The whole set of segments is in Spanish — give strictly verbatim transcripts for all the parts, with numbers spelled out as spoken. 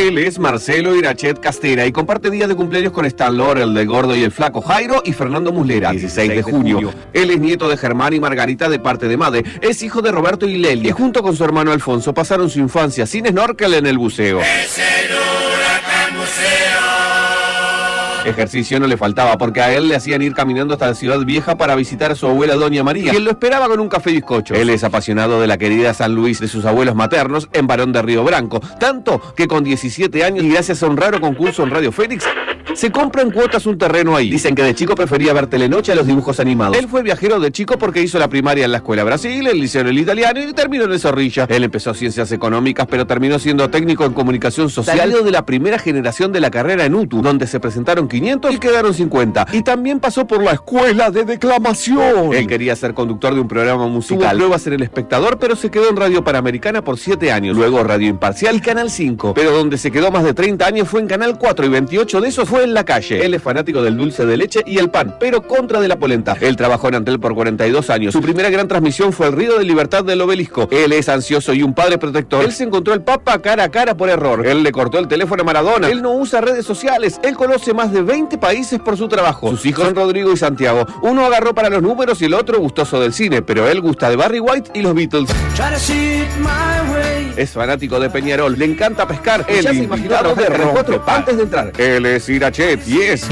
Él es Marcelo Irachet Castera y comparte días de cumpleaños con Stan Laurel, del Gordo y el Flaco, Jairo y Fernando Muslera. dieciséis de junio. Él es nieto de Germán y Margarita de parte de madre. Es hijo de Roberto y Lelia. Y junto con su hermano Alfonso pasaron su infancia sin snorkel en el buceo. Es el Huracán Buceo. Ejercicio no le faltaba porque a él le hacían ir caminando hasta la Ciudad Vieja para visitar a su abuela Doña María, quien lo esperaba con un café y bizcocho. Él es apasionado de la querida San Luis, de sus abuelos maternos en Barón de Río Branco, tanto que con diecisiete años y gracias a un raro concurso en Radio Fénix se compra en cuotas un terreno ahí. Dicen que de chico prefería ver Telenoche a los dibujos animados. Él fue viajero de chico porque hizo la primaria en la Escuela Brasil, el liceo en el italiano y terminó en el Zorrilla. Él empezó ciencias económicas, pero terminó siendo técnico en comunicación social. Salido de la primera generación de la carrera en U T U, donde se presentaron quinientos y quedaron cincuenta. Y también pasó por la Escuela de Declamación. Él quería ser conductor de un programa musical. Luego a ser El Espectador, pero se quedó en Radio Panamericana por siete años. Luego Radio Imparcial y Canal cinco. Pero donde se quedó más de treinta años fue en Canal cuatro y veintiocho de esos fue en La Calle. Él es fanático del dulce de leche y el pan, pero contra de la polenta. Él trabajó en Antel por cuarenta y dos años. Su primera gran transmisión fue el Río de Libertad del Obelisco. Él es ansioso y un padre protector. Él se encontró el Papa cara a cara por error. Él le cortó el teléfono a Maradona. Él no usa redes sociales. Él conoce más de veinte países por su trabajo. Sus hijos son Rodrigo y Santiago. Uno agarró para los números y el otro gustoso del cine, pero él gusta de Barry White y los Beatles. Es fanático de Peñarol. Le encanta pescar. Él ya se imaginó de cuatro antes de entrar. Él es Irachet y es...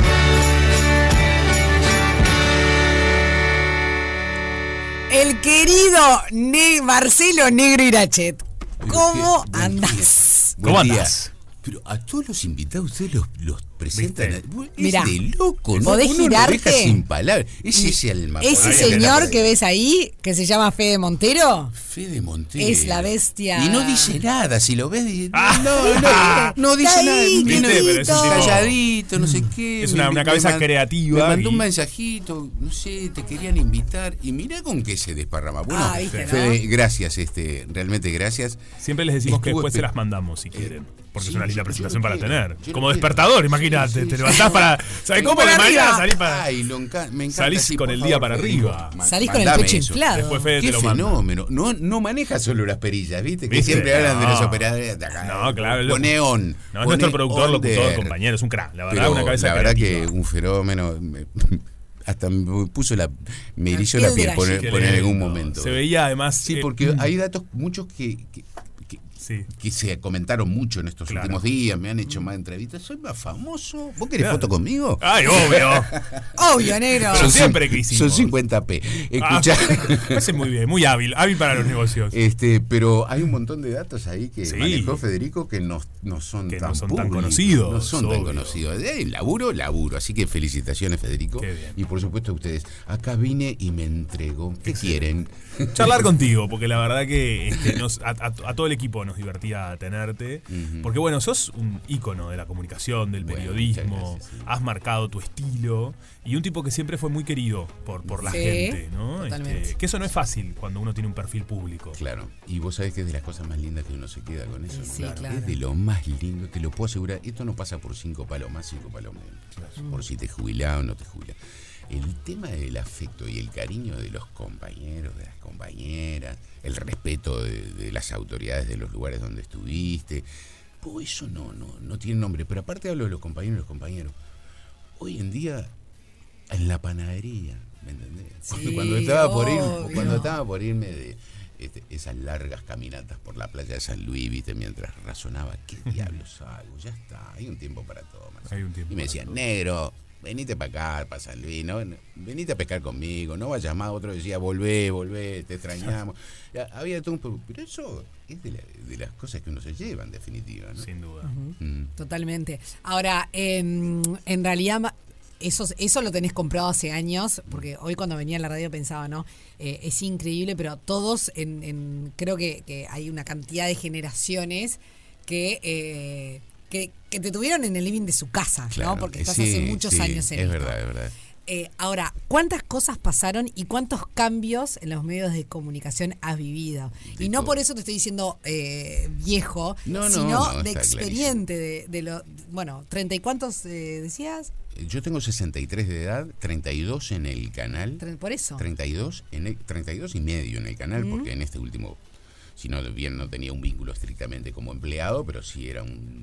El querido ne Marcelo Negro Irachet. ¿Cómo andás? ¿Cómo andás? Pero a todos los invitados ustedes los, los presentan. Es Mirá, de loco, ¿no? ¿podés Uno girarte? lo deja sin palabras. Ese es el más. Ese señor que ves ahí, que se llama Fede Montero, Fede Montero. es la bestia. Y no dice nada, si lo ves, dice, Ah. no, no, no dice Está nada. ahí, Vino ¿Viste? Pero es un tipo- calladito, no sé qué. Es una- me- una me cabeza man- creativa Me mandó y- un mensajito, no sé, te querían invitar. Y mirá con qué se desparrama. Bueno, Ah, ¿viste, no? Fede, gracias, este, realmente gracias. Siempre les decimos que Estuvo después se espe- las mandamos si quieren. Porque Sí, es una linda yo- presentación yo lo para quiero, tener. yo lo Como quiero. despertador, imagínate. Sí, sí, te sí. levantás para. ¿Sabes cómo? para De mañana arriba. salís para. Ay, lo enca- me encanta. Salís sí, con por el favor, día para Federico, arriba. ma- Salís con el mandame pecho eso. inflado. Después Fede Qué te lo manda. fenómeno. No, no maneja solo las perillas, ¿viste? Que ¿Viste? siempre hablan de No. los operadores de acá. No, claro, es Pone on. No, es pone nuestro productor, on locutor, there. compañero. Es un crack. La verdad, Pero una cabeza la verdad creativa. que un fenómeno. me- hasta me puso la. Me La erizó piel la de piel gallina. poner, Qué poner en algún lindo. momento. Se veía además. Sí, eh, porque hay datos muchos que. que que- Sí. que se comentaron mucho en estos Claro. últimos días, me han hecho más entrevistas. Soy más famoso. ¿Vos querés Claro. foto conmigo? Ay, obvio. Obvio, negro. Pero siempre quisimos. Son cincuenta p. Ah, Escuchá. me parece muy bien, muy hábil. Hábil para los negocios. Este, pero hay un montón de datos ahí que Sí. manejó Federico que no, no son, Que tan, no son tan públicos, conocidos, No son tan obvio. conocidos. Eh, laburo, laburo. Así que felicitaciones, Federico. Qué bien. Y por supuesto a ustedes. Acá vine y me entrego. ¿Qué quieren? Charlar contigo, porque la verdad que este, nos, a, a- a todo el equipo nos divertía tenerte. Ujú. Porque bueno, sos un ícono de la comunicación, del Bueno, periodismo, muchas gracias, sí. has marcado tu estilo y un tipo que siempre fue muy querido por, por la Sí, gente, ¿no? totalmente. Este, que eso no es fácil cuando uno tiene un perfil público. Claro. Y vos sabés que es de las cosas más lindas que uno se queda con eso. ¿no? Sí, claro. Es de lo más lindo, te lo puedo asegurar. Esto no pasa por cinco palos más, cinco palos menos. Por si te jubilás o no te jubilás. El tema del afecto y el cariño de los compañeros, de las compañeras, el respeto de, de las autoridades de los lugares donde estuviste, pues eso no, no, no tiene nombre. Pero aparte hablo de los compañeros y los compañeros. Hoy en día, en la panadería, ¿me entendés? Sí, cuando estaba por ir, obvio. cuando estaba por irme de este, esas largas caminatas por la playa de San Luis, viste, mientras razonaba, ¿qué diablos hago? Ya está, hay un tiempo para todo, Marcelo. Hay un tiempo Y me para decían, todo. negro, venite para acá, para San Luis, ¿no? Venite a pescar conmigo, no vayas más. Otro decía, volvé, volvé, te extrañamos. Ya, había todo un... Pero eso es de, la- de las cosas que uno se lleva, en definitiva, ¿no? Sin duda. Mm. Totalmente. Ahora, en, en realidad, ma- eso, eso lo tenés comprado hace años, porque hoy cuando venía a la radio pensaba, ¿no? Eh, es increíble, pero todos, en, en creo que, que hay una cantidad de generaciones que, eh, que, que te tuvieron en el living de su casa, Claro, ¿no? Porque eh, estás sí, hace muchos sí, años en es esto. verdad, es verdad. Eh, ahora, ¿cuántas cosas pasaron y cuántos cambios en los medios de comunicación has vivido? De y no todo. por eso te estoy diciendo eh, viejo, No, no, sino no, de está experiente, de, de lo, bueno, ¿treinta y cuántos eh, decías? Yo tengo sesenta y tres de edad, treinta y dos en el canal. Tre- Por eso. treinta y dos, en el, treinta y dos y medio en el canal, Mm. porque en este último, si no bien no tenía un vínculo estrictamente como empleado, pero sí era un, un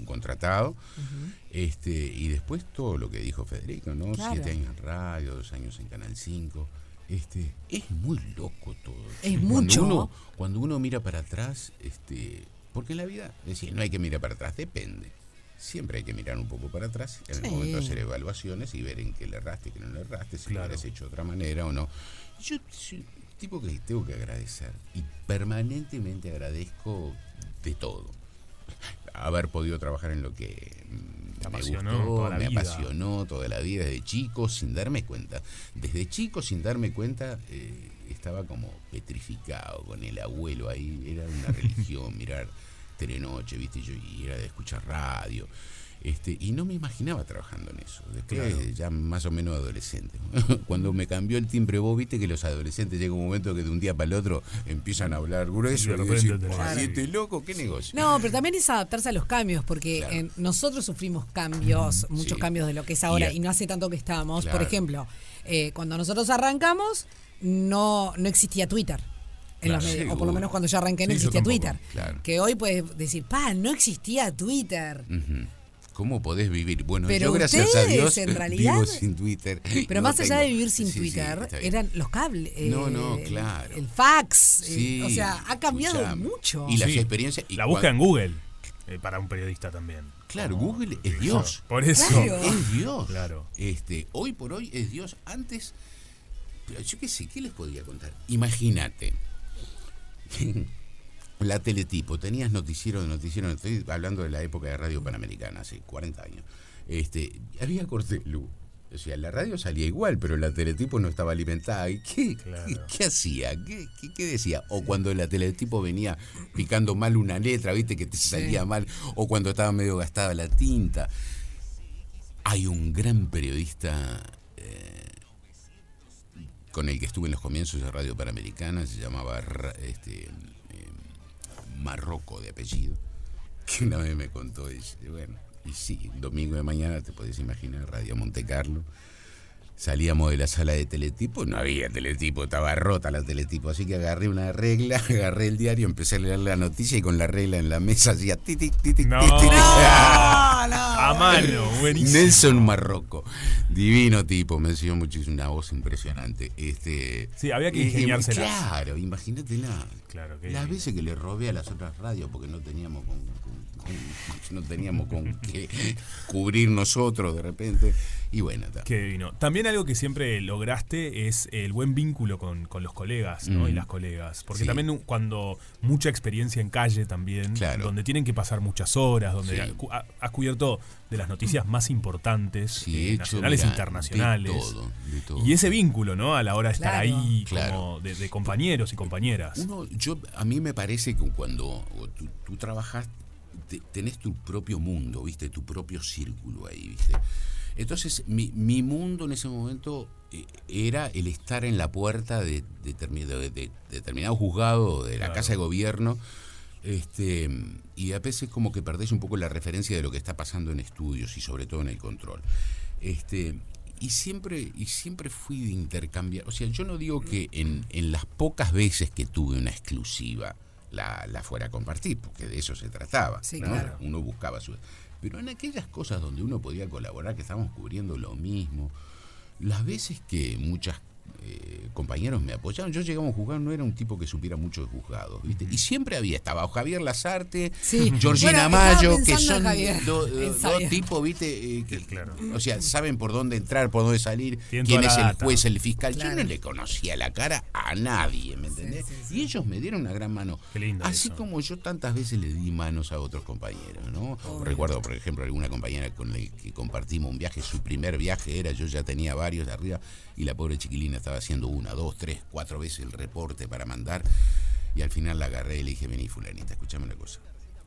contratado. Uh-huh. este Y después todo lo que dijo Federico, ¿no? Claro. Siete años en radio, dos años en Canal cinco. Este, es muy loco todo. Es cuando mucho. Uno, cuando uno mira para atrás, este, porque en la vida, es decir, no hay que mirar para atrás, depende. Siempre hay que mirar un poco para atrás, en el Sí. momento de hacer evaluaciones y ver en qué le erraste, qué no le erraste, si Claro. lo hubieras hecho de otra manera o no. Yo soy un tipo que tengo que agradecer y permanentemente agradezco de todo. Haber podido trabajar en lo que Te me apasionó gustó, toda la me vida. apasionó toda la vida, desde chico, sin darme cuenta. Desde chico, sin darme cuenta, eh, estaba como petrificado con el abuelo ahí. Era una religión, mirar Telenoche, ¿viste? Yo, y era de escuchar radio. Este, y no me imaginaba trabajando en eso. Después, Claro. ya más o menos adolescente. Cuando me cambió el timbre vos, viste que los adolescentes llega un momento que de un día para el otro empiezan a hablar grueso Y de y, repente decir, tenés- "Ay, sí. este loco, ¿qué negocio?" No, pero también es adaptarse a los cambios, porque Claro. eh, nosotros sufrimos cambios, muchos Sí. cambios de lo que es ahora, Y a- y no hace tanto que estábamos. Claro. Por ejemplo, eh, cuando nosotros arrancamos, no, no existía Twitter. En los Claro. medios, o por Seguro. lo menos cuando yo arranqué no Sí, yo existía tampoco. Twitter. Claro. Que hoy puedes decir, pa, no existía Twitter. Ujú. ¿Cómo podés vivir? Bueno, Pero yo gracias a ustedes, Dios en realidad- vivo sin Twitter. Pero No más allá tengo- de vivir sin Sí, sí, Twitter, está bien. eran los cables. eh, No, no, claro. El fax. eh, Sí, o sea, ha cambiado escuchame. mucho. Y las Sí. experiencias. y La cua- búsqueda en Google, eh, para un periodista también. Claro, Google es Dios. Por eso. Claro. Es Dios. Claro. Este, hoy por hoy es Dios. Antes, pero yo qué sé, ¿qué les podía contar? Imagínate. La Teletipo, tenías noticiero de noticiero, estoy hablando de la época de Radio Panamericana, hace cuarenta años. Este, había corte de luz. O sea, la radio salía igual, pero la Teletipo no estaba alimentada. ¿Y qué, Claro. qué, qué hacía? ¿Qué, qué, qué decía? O cuando la Teletipo venía picando mal una letra, viste, que te salía mal, o cuando estaba medio gastada la tinta. Hay un gran periodista eh, con el que estuve en los comienzos de Radio Panamericana, se llamaba Ra- este, eh, Marroco de apellido, que una vez me contó, dice, bueno, y sí, domingo de mañana, te podés imaginar, Radio Monte Carlo, salíamos de la sala de Teletipo, no había Teletipo, estaba rota la Teletipo, así que agarré una regla, agarré el diario, empecé a leer la noticia y con la regla en la mesa hacía titic, titic, No. titic, titic. No, no. A mano, buenísimo. Nelson Marroco, divino tipo, me enseñó muchísimo, una voz impresionante. Este, Sí, había que y- y- ingeniárselas. Claro, imagínatela. Claro, que Las veces que le robé a las otras radios porque no teníamos con, con- con- no teníamos con qué cubrir nosotros de repente. Y bueno, está. Qué divino. También algo que siempre lograste es el buen vínculo con, con los colegas, ¿no? Mm. Y las colegas. Porque Sí. también cuando mucha experiencia en calle también, Claro. donde tienen que pasar muchas horas, donde Sí. ha- cu- ha- has cubierto de las noticias más importantes, Sí, eh, he hecho, nacionales e mirá, internacionales. de todo, de todo. Y ese vínculo, ¿no? A la hora de estar Claro. ahí, Claro. como de, de compañeros y compañeras. Uno, yo, a mí me parece que cuando tú, tú trabajas, te- tenés tu propio mundo, ¿viste? Tu propio círculo ahí, ¿viste? Entonces, mi, mi mundo en ese momento eh, era el estar en la puerta de, de, termi- de- de determinado juzgado de la Claro. Casa de Gobierno, este, y a veces como que perdés un poco la referencia de lo que está pasando en estudios y sobre todo en el control. Este, y siempre, y siempre fui de intercambiar, o sea, yo no digo que en, en las pocas veces que tuve una exclusiva la, la fuera a compartir, porque de eso se trataba, Sí, ¿no? claro. Uno buscaba su... Pero en aquellas cosas donde uno podía colaborar, que estábamos cubriendo lo mismo, las veces que muchas eh, compañeros me apoyaron, yo llegaba a un juzgado, no era un tipo que supiera mucho de juzgados, ¿viste? Y siempre había, estaba Javier Lazarte, Sí. Georgina Bueno, estaba Mayo, que pensando en son Javier. do- do- En dos Javier. tipos, ¿viste? Eh, que, Claro. O sea, saben por dónde entrar, por dónde salir, Tienen quién toda es la el data. juez, el fiscal. Yo Claro. no le conocía la cara a nadie, ¿me entendés? sí, sí. Y ellos me dieron una gran mano. Qué lindo Así eso. como yo tantas veces le di manos a otros compañeros, ¿no? Recuerdo, por ejemplo, alguna compañera con la que compartimos un viaje, su primer viaje era, yo ya tenía varios de arriba, y la pobre chiquilina estaba haciendo una, dos, tres, cuatro veces el reporte para mandar, y al final la agarré y le dije, vení fulanita, escuchame una cosa.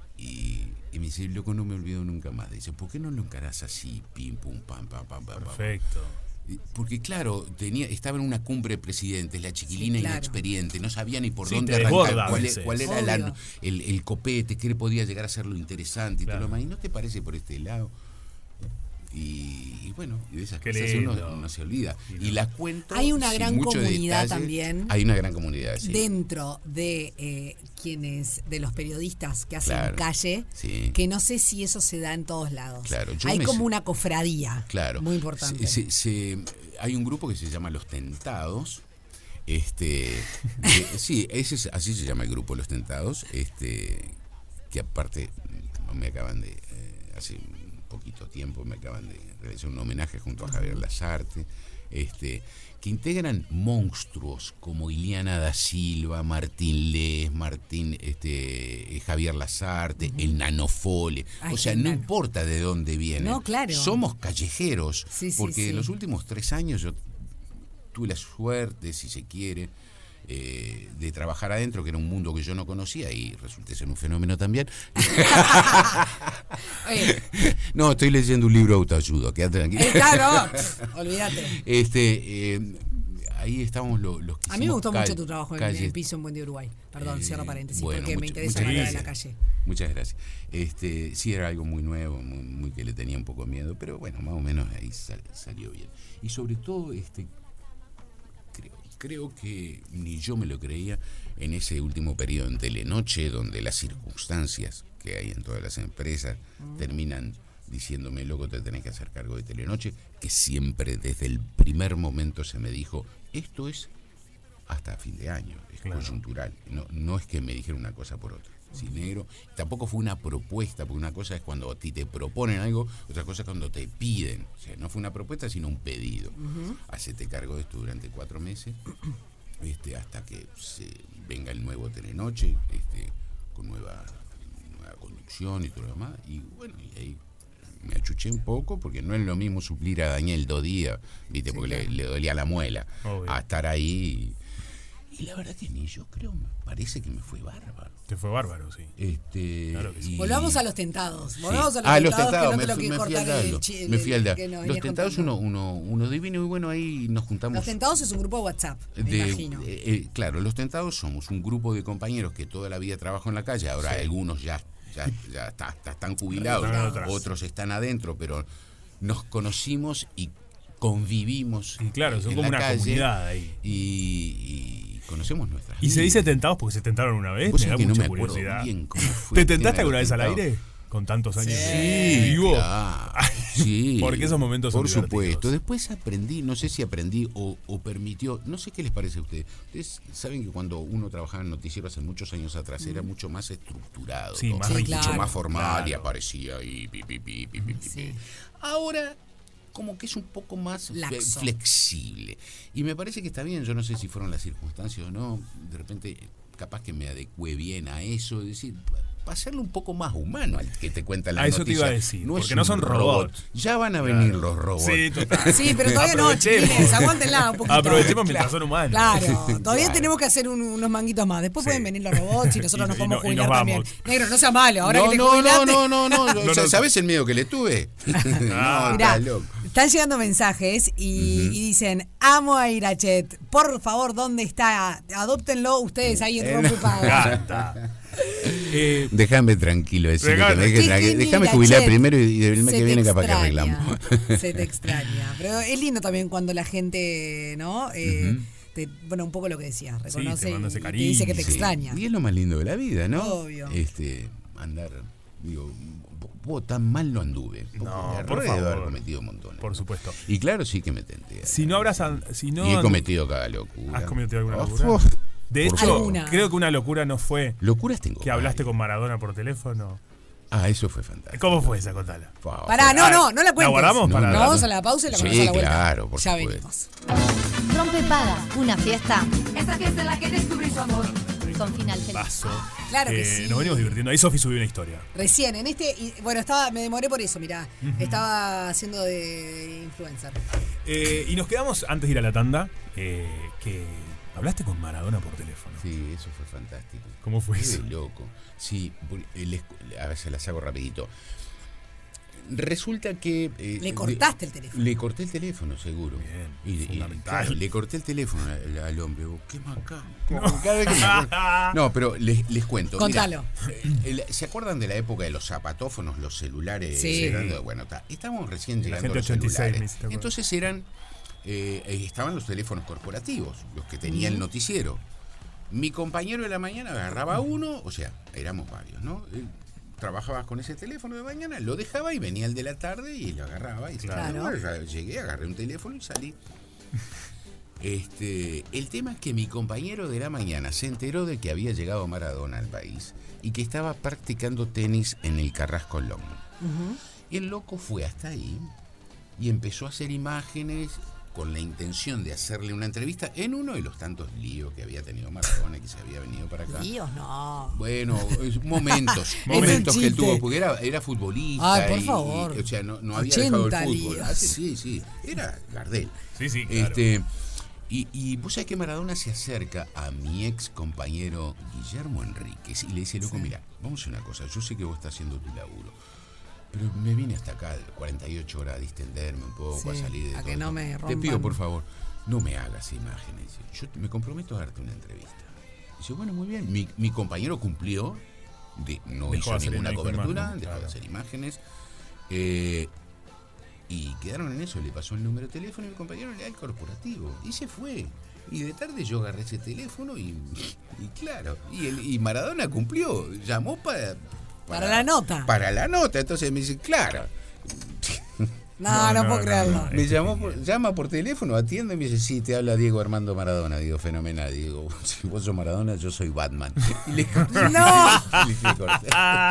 Y, y me dice, loco, no me olvido nunca más. Dice, ¿por qué no lo encarás así, pim, pum, pam, pam, pam, pam, pam? Perfecto. Y- Porque claro, tenía, estaba en una cumbre de presidentes, la chiquilina Sí, claro. inexperiente, no sabía ni por Sí, dónde te desborda arrancar, a cuál, veces. e- cuál era la- Obvio. el, el copete, qué le podía llegar a ser lo interesante y Claro. todo lo demás. ¿Y no te parece por este lado? Y, y bueno, y de esas Qué cosas lindo. uno no se olvida. Lindo. Y las cuento. Hay una sin gran mucho comunidad detalle. también. Hay una gran comunidad, sí. Dentro de eh, quienes, de los periodistas que hacen Claro, calle, sí. que no sé si eso se da en todos lados. Claro, yo Hay me como sé- una cofradía. Claro. Muy importante. Se- se- se- hay un grupo que se llama Los Tentados. Este, que- sí, ese es- así se llama el grupo, Los Tentados. Este, que aparte me acaban de, eh, hace un poquito tiempo, me acaban de realizar un homenaje junto a Javier Lasarte. Este, que integran monstruos como Ileana da Silva, Martín Les, Martín, este, eh, Javier Lasarte, el Nanofole. Ay, O sea, qué no nano. importa de dónde vienen. No, claro. Somos callejeros. Sí, sí, porque sí. en los últimos tres años yo tuve la suerte, si se quiere, eh, de trabajar adentro, que era un mundo que yo no conocía y resulté ser un fenómeno también. Oye, No, estoy leyendo un libro de autoayuda, quédate tranquilo. eh, claro, pff, olvídate. Este, eh, ahí estamos lo- los que A mí me hicimos gustó calle- mucho tu trabajo en calle- el piso en Buen Día Uruguay. Perdón, Eh, cierro paréntesis, bueno, porque me mucho- interesa muchas la vida de la gracias. calle. Muchas gracias. Este, sí, era algo muy nuevo, muy, muy que le tenía un poco miedo, pero bueno, más o menos ahí sal- salió bien. Y sobre todo, este, creo, creo que ni yo me lo creía en ese último periodo en Telenoche, donde las circunstancias que hay en todas las empresas terminan diciéndome, loco, te tenés que hacer cargo de Telenoche, que siempre desde el primer momento se me dijo, esto es hasta fin de año, es Claro. coyuntural, no, no es que me dijeron una cosa por otra. Sí, negro, tampoco fue una propuesta, porque una cosa es cuando a ti te proponen algo, otra cosa es cuando te piden. O sea, no fue una propuesta, sino un pedido. Hacete cargo de esto durante cuatro meses, este, hasta que se venga el nuevo Telenoche, este, con nueva, nueva conducción y todo lo demás. Y bueno, y ahí me achuché un poco, porque no es lo mismo suplir a Daniel dos días, ¿viste? Porque le, le dolía la muela, Obvio. a estar ahí. Y la verdad que ni yo creo, me parece que me fue bárbaro. Te fue bárbaro, sí. Este, Claro que sí. y- Volvamos a los tentados. Volvamos Sí. a los Ah, tentados, los tentados, que no me te lo fui, quiero me fui al cortar el Daldo, chi- me fui al Daldo. que nos Los venías tentados contando. uno, uno, uno divino y bueno, ahí nos juntamos. Los tentados es un grupo de WhatsApp, me de- imagino. eh, eh, claro, los tentados somos un grupo de compañeros que toda la vida trabajan en la calle, ahora algunos ya, ya, ya está- está- están jubilados, Están atrás. otros están adentro, pero nos conocimos y convivimos Y claro, son en como la una calle comunidad ahí. y, y conocemos nuestras ¿Y se vidas. dice tentados porque se tentaron una vez? Vos Me da sabés que no mucha me acuerdo curiosidad. bien cómo fue ¿Te el tema tentaste de los alguna vez al tentados. aire? Con tantos años Sí, de vivo. Claro, sí. Porque esos momentos son Por supuesto. divertidos. Después aprendí, no sé si aprendí o, o permitió, no sé qué les parece a ustedes. Ustedes saben que cuando uno trabajaba en noticiero hace muchos años atrás era mucho más estructurado, Sí, todo, más Sí, rígido. mucho claro. más formal y Claro. aparecía ahí, pi, pi, pi, pi, pi, pi, Sí. pi. Ahora como que es un poco más fe- Laxo. flexible. Y me parece que está bien, yo no sé si fueron las circunstancias o no, de repente capaz que me adecué bien a eso, es decir, para hacerlo un poco más humano al que te cuentan las A eso te iba a noticias. decir, No es porque no un son robot. robots. Ya van a venir Claro. los robots. Sí, total. Sí, pero todavía no, Aprovechemos. chiquilines, aguántenla un poquito. Aprovechemos mientras son humanos. Claro, todavía Claro. tenemos que hacer un- unos manguitos más. Después Sí. pueden venir los robots y nosotros Y- nos y podemos no- y jubilar nos también. vamos. Negro, no sea malo, ahora no, que te no, jubilaste. no, no, no, no, No, no. ¿sabes el miedo que le tuve? no, Mirá, está loco. están llegando mensajes y, y dicen, amo a Irachet, por favor, ¿dónde está? Adóptenlo ustedes ahí en Rompe Me Paga. encanta. Eh, Déjame tranquilo, decirle Déjame que me deje tranquilo. tranquilo. Déjame Mira, jubilar che, primero y del mes se que te viene capaz que extraña, arreglamos. Se te extraña. Pero es lindo también cuando la gente, ¿no? Eh, te- bueno, un poco lo que decías, reconoce te manda ese y te dice que te cariño. Sí. extraña. Y es lo más lindo de la vida, ¿no? Obvio. Este, andar, digo, vos tan mal no anduve. porque No, errores por debo haber favor. cometido montones. por supuesto. Y claro, sí que me tenté. Si no habrás. an- Si no y he an- cometido cada locura. ¿Has cometido alguna Oh, locura? uf, De por hecho, favor. Alguna. creo que una locura no fue Locuras tengo. que hablaste varias. con Maradona por teléfono. Ah, eso fue fantástico. ¿Cómo fue esa? Contala. Fue- Pará, fue- no, no, no la cuentes. guardamos No, para no, No, no. vamos a la pausa y la Sí, ponemos a la vuelta. claro, por ya supuesto. venimos. Rompe Paga, una fiesta Esa fiesta en la que descubrí su amor. con final feliz. Paso. Claro que Eh, sí. Nos venimos divirtiendo. Ahí Sofi subió una historia. Recién, en este, y, bueno, estaba, me demoré por eso, mirá. Estaba haciendo de influencer. Eh, y nos quedamos, antes de ir a la tanda, eh, que hablaste con Maradona por teléfono. Sí, eso fue fantástico. ¿Cómo fue Qué eso? de loco. Sí, por- el escu- a ver, se las hago rapidito. Resulta que... eh, Le cortaste el teléfono. Le corté el teléfono, seguro. Bien, y, y, fundamental. claro, le corté el teléfono al, al hombre. Vos, qué macabro. Cada vez que me acuerdo- No, pero les, les cuento. Contalo. Mira, eh, el- ¿se acuerdan de la época de los zapatófonos, los celulares? Sí. Eran- bueno, ta, estábamos recién La llegando a los gente ochenta y seis, me celulares. hiciste acordar. Entonces eran... eh, eh, estaban los teléfonos corporativos, los que tenía el noticiero. Mi compañero de la mañana agarraba uno, o sea, éramos varios, ¿no? Él trabajaba con ese teléfono de mañana, lo dejaba y venía el de la tarde y lo agarraba. Y Claro. bueno, ya llegué, agarré un teléfono y salí. Este, el tema es que mi compañero de la mañana se enteró de que había llegado Maradona al país y que estaba practicando tenis en el Carrasco Long. El loco fue hasta ahí y empezó a hacer imágenes con la intención de hacerle una entrevista en uno de los tantos líos que había tenido Maradona, que se había venido para acá. Dios, no. Bueno, es- momentos, un momentos que él chiste. tuvo, porque era, era futbolista. Ay, por y- favor. y, o sea, no, no había dejado el ochenta fútbol. líos. Ah, sí, sí, sí, era Gardel. Sí, sí, claro. Este, y, y vos sabés que Maradona se acerca a mi ex compañero Guillermo Enríquez y le dice, loco, mira, vamos a hacer una cosa, yo sé que vos estás haciendo tu laburo, pero me vine hasta acá cuarenta y ocho horas a distenderme un poco, Sí, a salir de a todo que no esto. me Te rompan. pido, por favor, no me hagas imágenes. Yo me comprometo a darte una entrevista. Dice, bueno, muy bien. Mi, mi compañero cumplió, de- no Dejó de hizo hacer ninguna imágenes, cobertura, claro. dejó de hacer imágenes. Eh, y quedaron en eso, le pasó el número de teléfono y mi compañero le da el corporativo. Y se fue. Y de tarde yo agarré ese teléfono y, y claro, y, el, y Maradona cumplió, llamó para, Para la nota. Para la nota, entonces me dice, claro. No, No, no, no, puedo no, creerlo. no. Me llamó por, llama por teléfono, atiende y me dice, sí, te habla Diego Armando Maradona. Digo, fenomenal. Digo, si vos sos Maradona, yo soy Batman. Y le ¡No! le corté.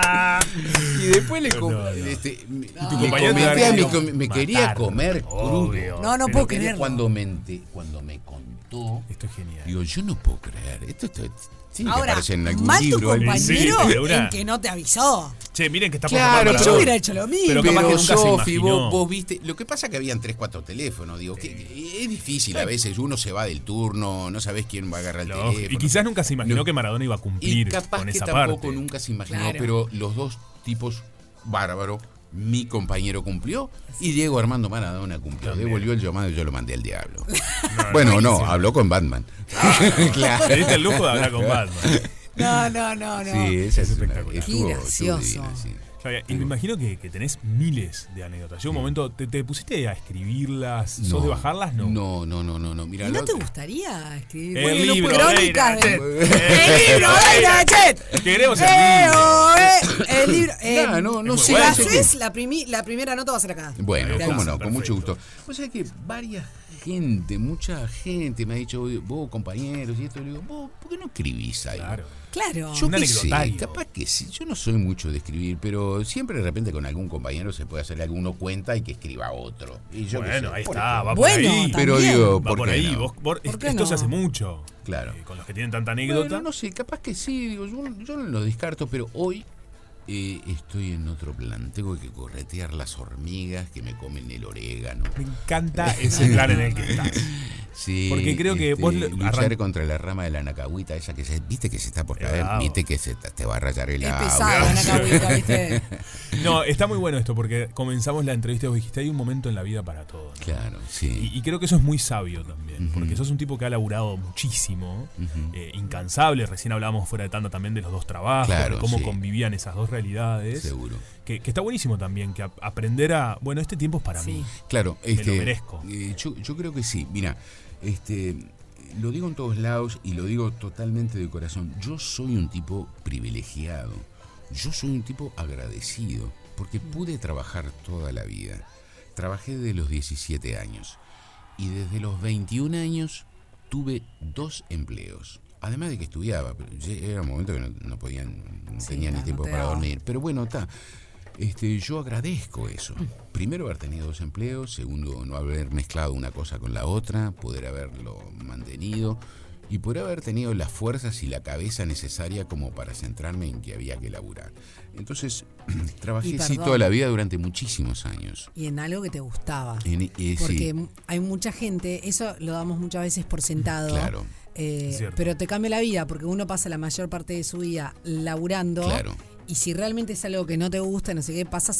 Y después le, com- No, no. este, me- tu le compañero comenté te a mi va a com- me quería matar, comer crudo. obvio. No, no Pero puedo Quería- creerlo. Cuando me, ente- cuando me contó, Esto es genial. digo, yo no puedo creer. Esto, esto tiene que Ahora, aparecer en algún mal tu libro. algo. compañero Sí, de una. en que no te avisó. Che, miren que está por Claro, tomar pero- Maradona. Yo hubiera hecho lo mismo. Pero capaz que Pero nunca se Sofi, imaginó. vos, vos viste, lo que pasa es que habían tres, cuatro teléfonos, digo, que es difícil a veces, uno se va del turno, no sabés quién va a agarrar el Lógico. teléfono. Y quizás nunca se imaginó No. que Maradona iba a Y cumplir capaz con que esa tampoco parte. nunca se imaginó, Claro. pero los dos tipos bárbaros, mi compañero cumplió y Diego Armando Maradona cumplió. También. Devolvió el llamado y yo lo mandé al diablo. No, Bueno, no, buenísimo. habló con Batman. claro. Te diste el lujo de hablar con Batman. No, no, no, no. Sí, esa es, Es una- espectacular. estuvo- Qué estuvo gracioso. divina, sí. Claro, y me imagino que, que tenés miles de anécdotas. Llegó un momento, ¿te, te pusiste a escribirlas? ¿Sos No, de bajarlas? No. No, no, no, no. no. Mira, ¿Y no lo- te gustaría escribir El Bueno, libro crónicas de de- Irachet. ¡El libro de Irachet! Queremos el Eh, libro. oh, eh, el libro. eh, No, no, no Es sé. muy Si bueno. lo eso que- haces, la, primi- la primera nota va a ser acá. Bueno, Te cómo aviso. no, con Perfecto. mucho gusto. O sea que varias gente, mucha gente me ha dicho, vos compañeros y esto, le digo, vos, ¿por qué no escribís algo? Claro. Claro. Yo Un qué sé, anecdotario. capaz que sí, yo no soy mucho de escribir, pero siempre de repente con algún compañero se puede hacer alguno cuenta y que escriba otro. Y yo qué Bueno, sé, ahí por está, ejemplo. va por Bueno, ahí. también. Pero digo, Va ¿por, por qué ahí. no? Vos- vos- ¿Por qué esto se no? hace mucho. Claro. Eh, con los que tienen tanta anécdota. Bueno, no sé, capaz que sí, digo, yo, yo no lo descarto, pero hoy eh, estoy en otro plan. Tengo que corretear las hormigas que me comen el orégano. Me encanta ese plan en el que estás. Sí, Porque creo que este, vos le- luchar arran- contra la rama de la nacahuita, esa que se, viste que se está por Es caer, bravo. viste que se te va a rayar el Es agua. pesada la cabuita, ¿viste? No, está muy bueno esto porque comenzamos la entrevista y vos dijiste, hay un momento en la vida para todo. ¿no? Claro, sí. Y, y creo que eso es muy sabio también, Ujú. porque sos un tipo que ha laburado muchísimo, Ujú. eh, incansable. Recién hablábamos fuera de tanda también de los dos trabajos, Claro, de cómo sí. convivían esas dos realidades. Seguro. Que, que está buenísimo también, que a- aprender a, bueno, este tiempo es para Sí. mí. Claro, Me este, lo merezco. eh, yo, yo creo que sí. Mira, este, lo digo en todos lados y lo digo totalmente de corazón. Yo soy un tipo privilegiado. Yo soy un tipo agradecido porque pude trabajar toda la vida. Trabajé desde los diecisiete años y desde los veintiún años tuve dos empleos. Además de que estudiaba, pero ya era un momento que no, no podían, no Sí, tenía no, ni tiempo no te para daba. dormir. Pero bueno, está. Este, yo agradezco eso. Primero haber tenido dos empleos, segundo no haber mezclado una cosa con la otra, poder haberlo mantenido y poder haber tenido las fuerzas y la cabeza necesaria como para centrarme en que había que laburar. Entonces, trabajé Y sí perdón. toda la vida durante muchísimos años. Y en algo que te gustaba. En- eh, Porque sí, m- hay mucha gente, eso lo damos muchas veces por sentado. claro, eh, Es cierto. pero te cambia la vida porque uno pasa la mayor parte de su vida laburando. claro. Y si realmente es algo que no te gusta, no sé qué, pasa a ser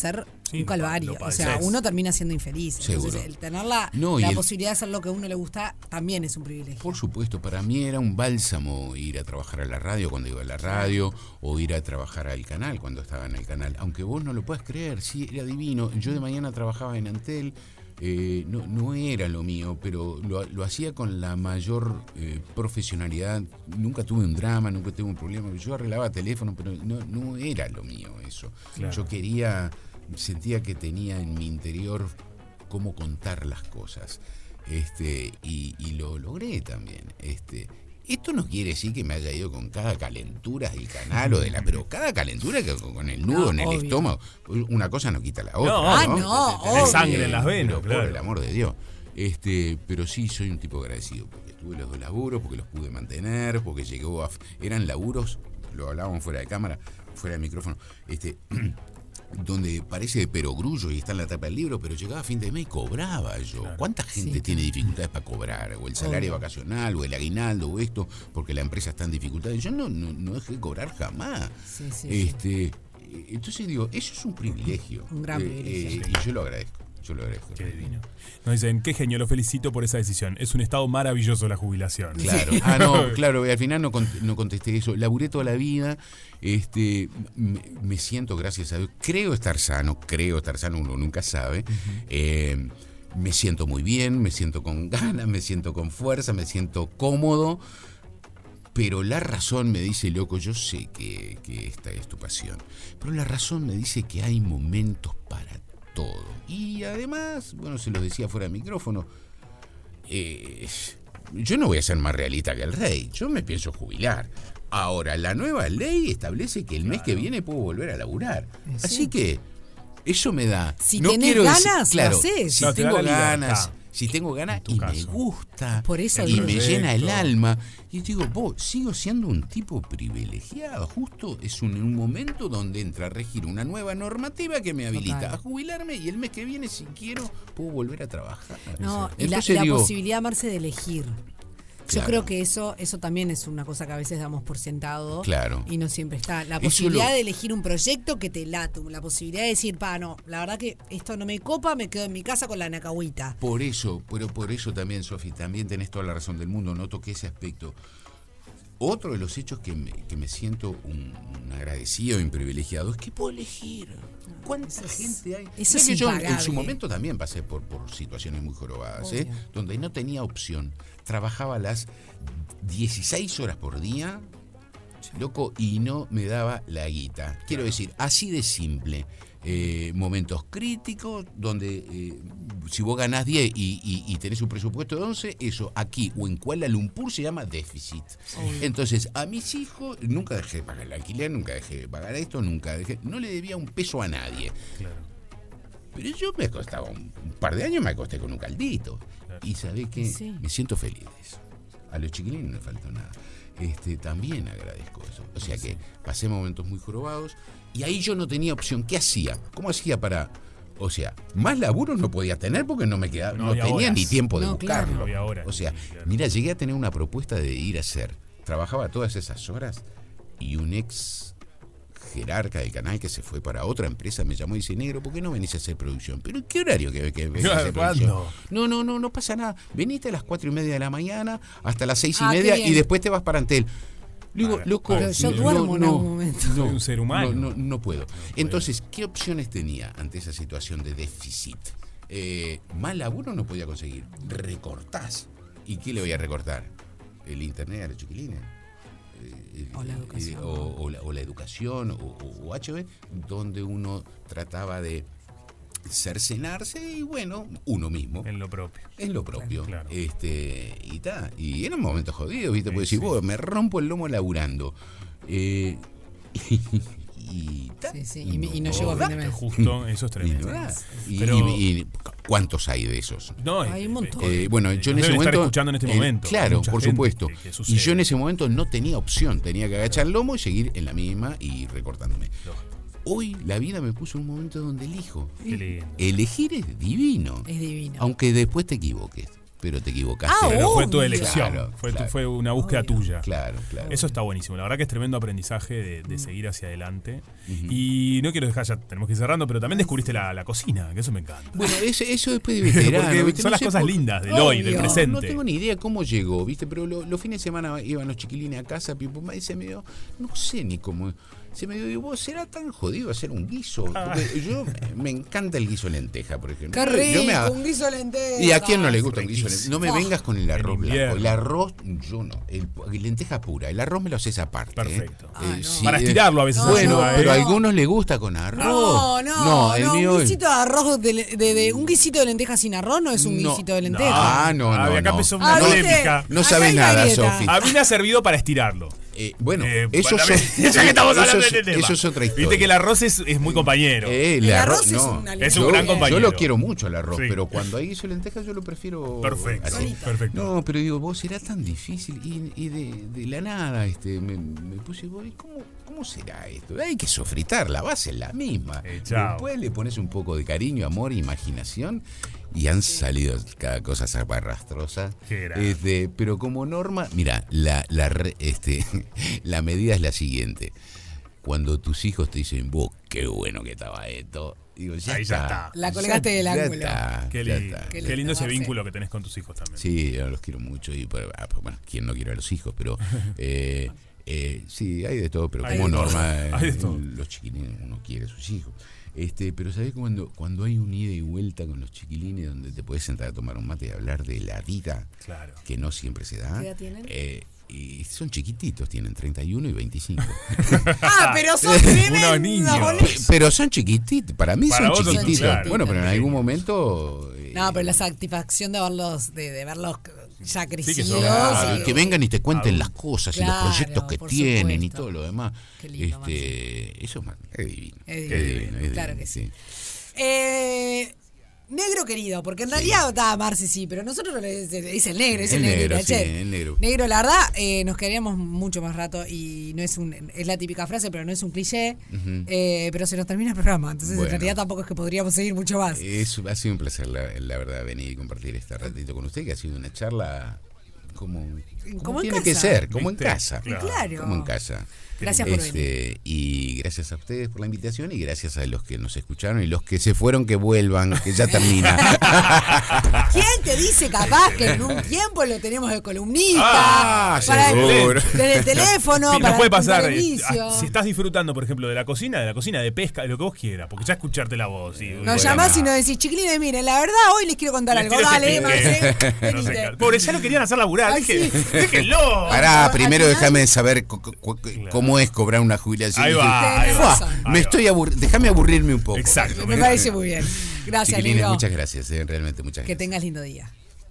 Sí, un calvario. lo O sea, padeces. uno termina siendo infeliz. Seguro. Entonces, el tener la, No, y la el- posibilidad de hacer lo que a uno le gusta también es un privilegio. Por supuesto, para mí era un bálsamo ir a trabajar a la radio cuando iba a la radio o ir a trabajar al canal cuando estaba en el canal. Aunque vos no lo puedas creer, sí, era divino. Yo de mañana trabajaba en Antel, eh, no, no era lo mío, pero lo, lo hacía con la mayor eh, profesionalidad. Nunca tuve un drama, nunca tuve un problema. Yo arreglaba teléfono, pero no, no era lo mío eso. Claro. Yo quería, sentía que tenía en mi interior cómo contar las cosas. Este, y, y lo logré también. Este, esto no quiere decir que me haya ido con cada calentura del canal o de la, pero cada calentura que con el nudo No, en el obvio. estómago, una cosa no quita la otra. No, Ah, ¿no? no, Tenés obvio. sangre en las venas, Pero, claro. por el amor de Dios. Este, pero sí soy un tipo agradecido porque tuve los dos laburos, porque los pude mantener, porque llegó a, eran laburos, lo hablábamos fuera de cámara, fuera de micrófono, este donde parece de perogrullo y está en la tapa del libro, pero llegaba a fin de mes y cobraba yo. ¿Cuánta gente Sí, tiene dificultades para cobrar? O el salario vacacional, o el aguinaldo, o esto, porque la empresa está en dificultades. Yo no, no, no dejé de cobrar jamás. Sí, sí, este, eh, Entonces digo, eso es un privilegio. Un gran Eh, privilegio. eh, y yo lo agradezco. Yo lo agradezco. Qué divino. Nos dicen, qué genio, lo felicito por esa decisión. Es un estado maravilloso la jubilación. Claro, ah, no, claro, al final no, cont- no contesté eso. Laburé toda la vida, este, me, me siento, gracias a Dios, creo estar sano, creo estar sano, uno nunca sabe. Eh, me siento muy bien, me siento con ganas, me siento con fuerza, me siento cómodo. Pero la razón me dice, loco, yo sé que, que esta es tu pasión, pero la razón me dice que hay momentos para todo. Y además, bueno, se los decía fuera de micrófono, eh, yo no voy a ser más realista que el rey, yo me pienso jubilar. Ahora, la nueva ley establece que el mes que viene puedo volver a laburar. Sí. Así que eso me da... Si no tenés quiero decir- ganas, lo claro, hacés. si No, te da tengo la ganas, libertad. si tengo ganas En tu y me caso. gusta Por eso y digo. me llena el Perfecto. alma. Y digo, vos, sigo siendo un tipo privilegiado. Justo es un, un momento donde entra a regir una nueva normativa que me habilita Total. a jubilarme y el mes que viene, si quiero, puedo volver a trabajar. No, y la, Entonces la digo, posibilidad, Marce, de elegir. Yo Claro. creo que eso eso también es una cosa que a veces damos por sentado. Claro. Y no siempre está. La Eso posibilidad lo- de elegir un proyecto que te late. La posibilidad de decir, pa, no, la verdad que esto no me copa, me quedo en mi casa con la nacahuita. Por eso, pero por eso también, Sofi, también tenés toda la razón del mundo, no toqué ese aspecto. Otro de los hechos que me, que me siento un, un agradecido y un privilegiado es que puedo elegir. ¿Cuánta Eso es- gente hay? eso Mirá es que yo en impagable. su momento también pasé por, por situaciones muy jorobadas, ¿eh? Obvio. Donde no tenía opción. Trabajaba las dieciséis horas por día, loco, y no me daba la guita. Quiero decir, así de simple. Eh, momentos críticos donde eh, si vos ganás diez y, y- y tenés un presupuesto de once, eso aquí o en Kuala Lumpur se llama déficit. Entonces, a mis hijos nunca dejé de pagar el alquiler, nunca dejé de pagar esto, nunca dejé, no le debía un peso a nadie. Claro. Pero yo me costaba un, un par de años, me acosté con un caldito. Y sabés que Sí. me siento feliz de eso. A los chiquilines no les faltó nada. Este, también agradezco eso. O sea que pasé momentos muy jorobados y ahí yo no tenía opción. ¿Qué hacía? ¿Cómo hacía para...? O sea, más laburo no podía tener porque no me quedaba, No no, había tenía horas. ni tiempo de No, claro. buscarlo. No había horas, O sea, sí, claro. mira, llegué a tener una propuesta de ir a hacer. Trabajaba todas esas horas y un ex jerarca del canal que se fue para otra empresa me llamó y dice, negro, ¿por qué no venís a hacer producción? ¿Pero en qué horario que, que venís a hacer Claro, producción? ¿cuándo? No, no, no, no pasa nada. Veniste a las cuatro y media de la mañana hasta las seis y Ah, qué media bien. y después te vas para Antel. Le digo, Para- loco, Pero yo no, duermo en no, algún momento. no, Soy un ser humano. No, no, no puedo. Entonces, ¿qué opciones tenía ante esa situación de déficit? Eh, más laburo no podía conseguir. Recortás. ¿Y qué le voy a recortar? ¿El internet a los chiquilines? Eh, O la educación. eh, o, o la, o la educación, o, o- o H B, donde uno trataba de cercenarse y bueno, uno mismo. En lo propio. Es lo propio. Claro. Este, y ta, y eran momentos jodidos, ¿viste? Sí, Porque decir, sí. vos, me rompo el lomo laburando. Eh, y, ta, Sí, sí, y me- y no llegó a fin de mes. Justo, eso es y tremendo. no da. Y- Pero- y- y ¿cuántos hay de esos? No, Hay un montón. Eh, bueno, yo en nos ese deben estar momento. escuchando en este eh, momento. claro, Mucha por gente supuesto. que- que y sucede. yo en ese momento no tenía opción. Tenía que agachar el lomo y seguir en la misma y recortándome. Lógico. Hoy la vida me puso en un momento donde elijo. Qué lindo. Elegir es divino. Es divino. Aunque después te equivoques. pero te equivocaste. Ah, Pero fue tu obvio. elección. Claro, fue, tu- claro. fue una búsqueda Obvio. tuya. Claro, claro. Eso está buenísimo. La verdad que es tremendo aprendizaje de, de seguir hacia adelante. Y no quiero dejar, ya tenemos que ir cerrando, pero también descubriste la, la cocina, que eso me encanta. Bueno, eso, eso después de veterano. Porque ¿viste? son No las sé cosas por- lindas del Obvio. hoy, del No, presente. No tengo ni idea cómo llegó, ¿viste? Pero lo- los fines de semana iban los chiquilines a casa, pipumá, y se me dio, no sé ni cómo, se me dio, digo, vos, ¿será tan jodido hacer un guiso? Porque yo, me encanta el guiso de lenteja, por ejemplo. Qué rico, Yo me hago- un guiso de lenteja. ¿Y a quién no le gusta un guiso de lenteja? No me Ah. vengas con el arroz En blanco. invierno. El arroz, yo no. El, lenteja pura. El arroz me lo haces aparte. Perfecto. ¿eh? Ah, Eh, no. sí, Para eh, estirarlo a veces Bueno, ayuda, ¿eh? pero a No. algunos les gusta con arroz. No, no, no, el mío un es- guisito de arroz, de, de- de- un guisito de lenteja sin arroz no es un No. guisito de lenteja. Ah, no, no. Ah, acá no. empezó una Ah, ¿viste? polémica. No Acá sabes hay una nada, grieta. Sofi. A mí me ha servido para estirarlo. Eh, bueno, Eh, eso, para- son- ya que estamos eso hablando es- de este tema. eso es otra historia. Viste que el arroz es, es muy compañero. Eh, el El arroz, arroz es no. un Es un Yo- gran compañero. Yo lo quiero mucho el arroz, Sí. pero cuando hay guiso de lentejas yo lo prefiero Perfecto, así. perfecto. No, pero digo, vos será tan difícil y, y de, de la nada este, me, me puse, vos, ¿y ¿cómo, ¿cómo será esto? Hay que sofritar, la base es la misma. Eh, chao. Después le pones un poco de cariño, amor, imaginación y han salido cada cosa zarparrastrosa. Qué grande. Este, pero como norma, mira, la, la, re- este, la medida es la siguiente. Cuando tus hijos te dicen, vos, qué bueno que estaba esto, digo, ya Ahí ya está. está. La colgaste del Ya ángulo. está, Qué, ya li- está. qué Qué lindo ese lindo, vínculo que tenés con tus hijos también. Sí, yo los quiero mucho y pues, ah, pues, bueno, quién no quiere a los hijos, pero eh, eh, sí, hay de todo, pero Hay como de todo, norma eh, hay de todo. los chiquilines uno quiere a sus hijos. Este, pero ¿sabés cuando, cuando hay un ida y vuelta con los chiquilines donde te puedes sentar a tomar un mate y hablar de la vida, Claro. que no siempre se da? ¿Qué edad tienen? Eh, y son chiquititos, tienen treinta y uno y veinticinco. Ah, pero son tremendos, Unos niños. boludo. Pero son chiquititos, para mí Para son vos son chiquititos. claro. Bueno, pero en algún momento... eh, No, pero la satisfacción de verlos, de, de verlos ya crecidos. son- y- Claro, y que vengan y te cuenten las cosas y Claro, los proyectos que por tienen y supuesto. todo lo demás. Qué lindo, este, eso es, más- es divino. Es Es divino, divino, es claro divino, que sí. Eh, negro querido, porque en Sí. realidad está Marce sí, pero nosotros le dice el negro, es el, El negro, negro, sí, che. el negro. Negro, la verdad, eh, nos quedaríamos mucho más rato y no es un, es la típica frase, pero no es un cliché, Ujú. eh, pero se nos termina el programa, entonces Bueno. en realidad tampoco es que podríamos seguir mucho más. Es, ha sido un placer, la, la verdad, venir y compartir este ratito con usted, que ha sido una charla como, como, Como en tiene que casa. ser, como en ¿Viste? casa. Claro. Claro. Como en casa. Gracias por Este, y gracias a ustedes por la invitación y gracias a los que nos escucharon y los que se fueron que vuelvan, que ya termina. ¿Quién te dice capaz que en un tiempo lo tenemos de columnista? Ah, para seguro. desde el teléfono, Sí, para nos puede pasar, el eh, inicio. ah, si estás disfrutando, por ejemplo, de la cocina, de la cocina, de pesca, de lo que vos quieras, porque ya escucharte la voz. Y, Nos bueno, llamás y nada. nos decís, chiquilines, miren, la verdad hoy les quiero contar Les algo. tiro este Dale, pique. Marce, No sé, venite. pobre, ya lo querían hacer laburar. Ay, deje- sí. Déjenlo. Pará, Al primero final- déjame saber cu- cu- cu- cómo es cobrar una jubilación. Ahí Y va, dije, ahí va. "Fua, Ahí me va. estoy aburriendo, déjame aburrirme un poco. Exacto. Me parece muy bien. Gracias, Chiquilines, Negro. muchas gracias, eh, realmente muchas Que gracias. tengas lindo día.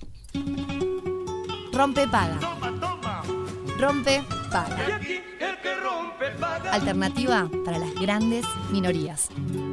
Rompe paga. Rompe paga. Alternativa para las grandes minorías.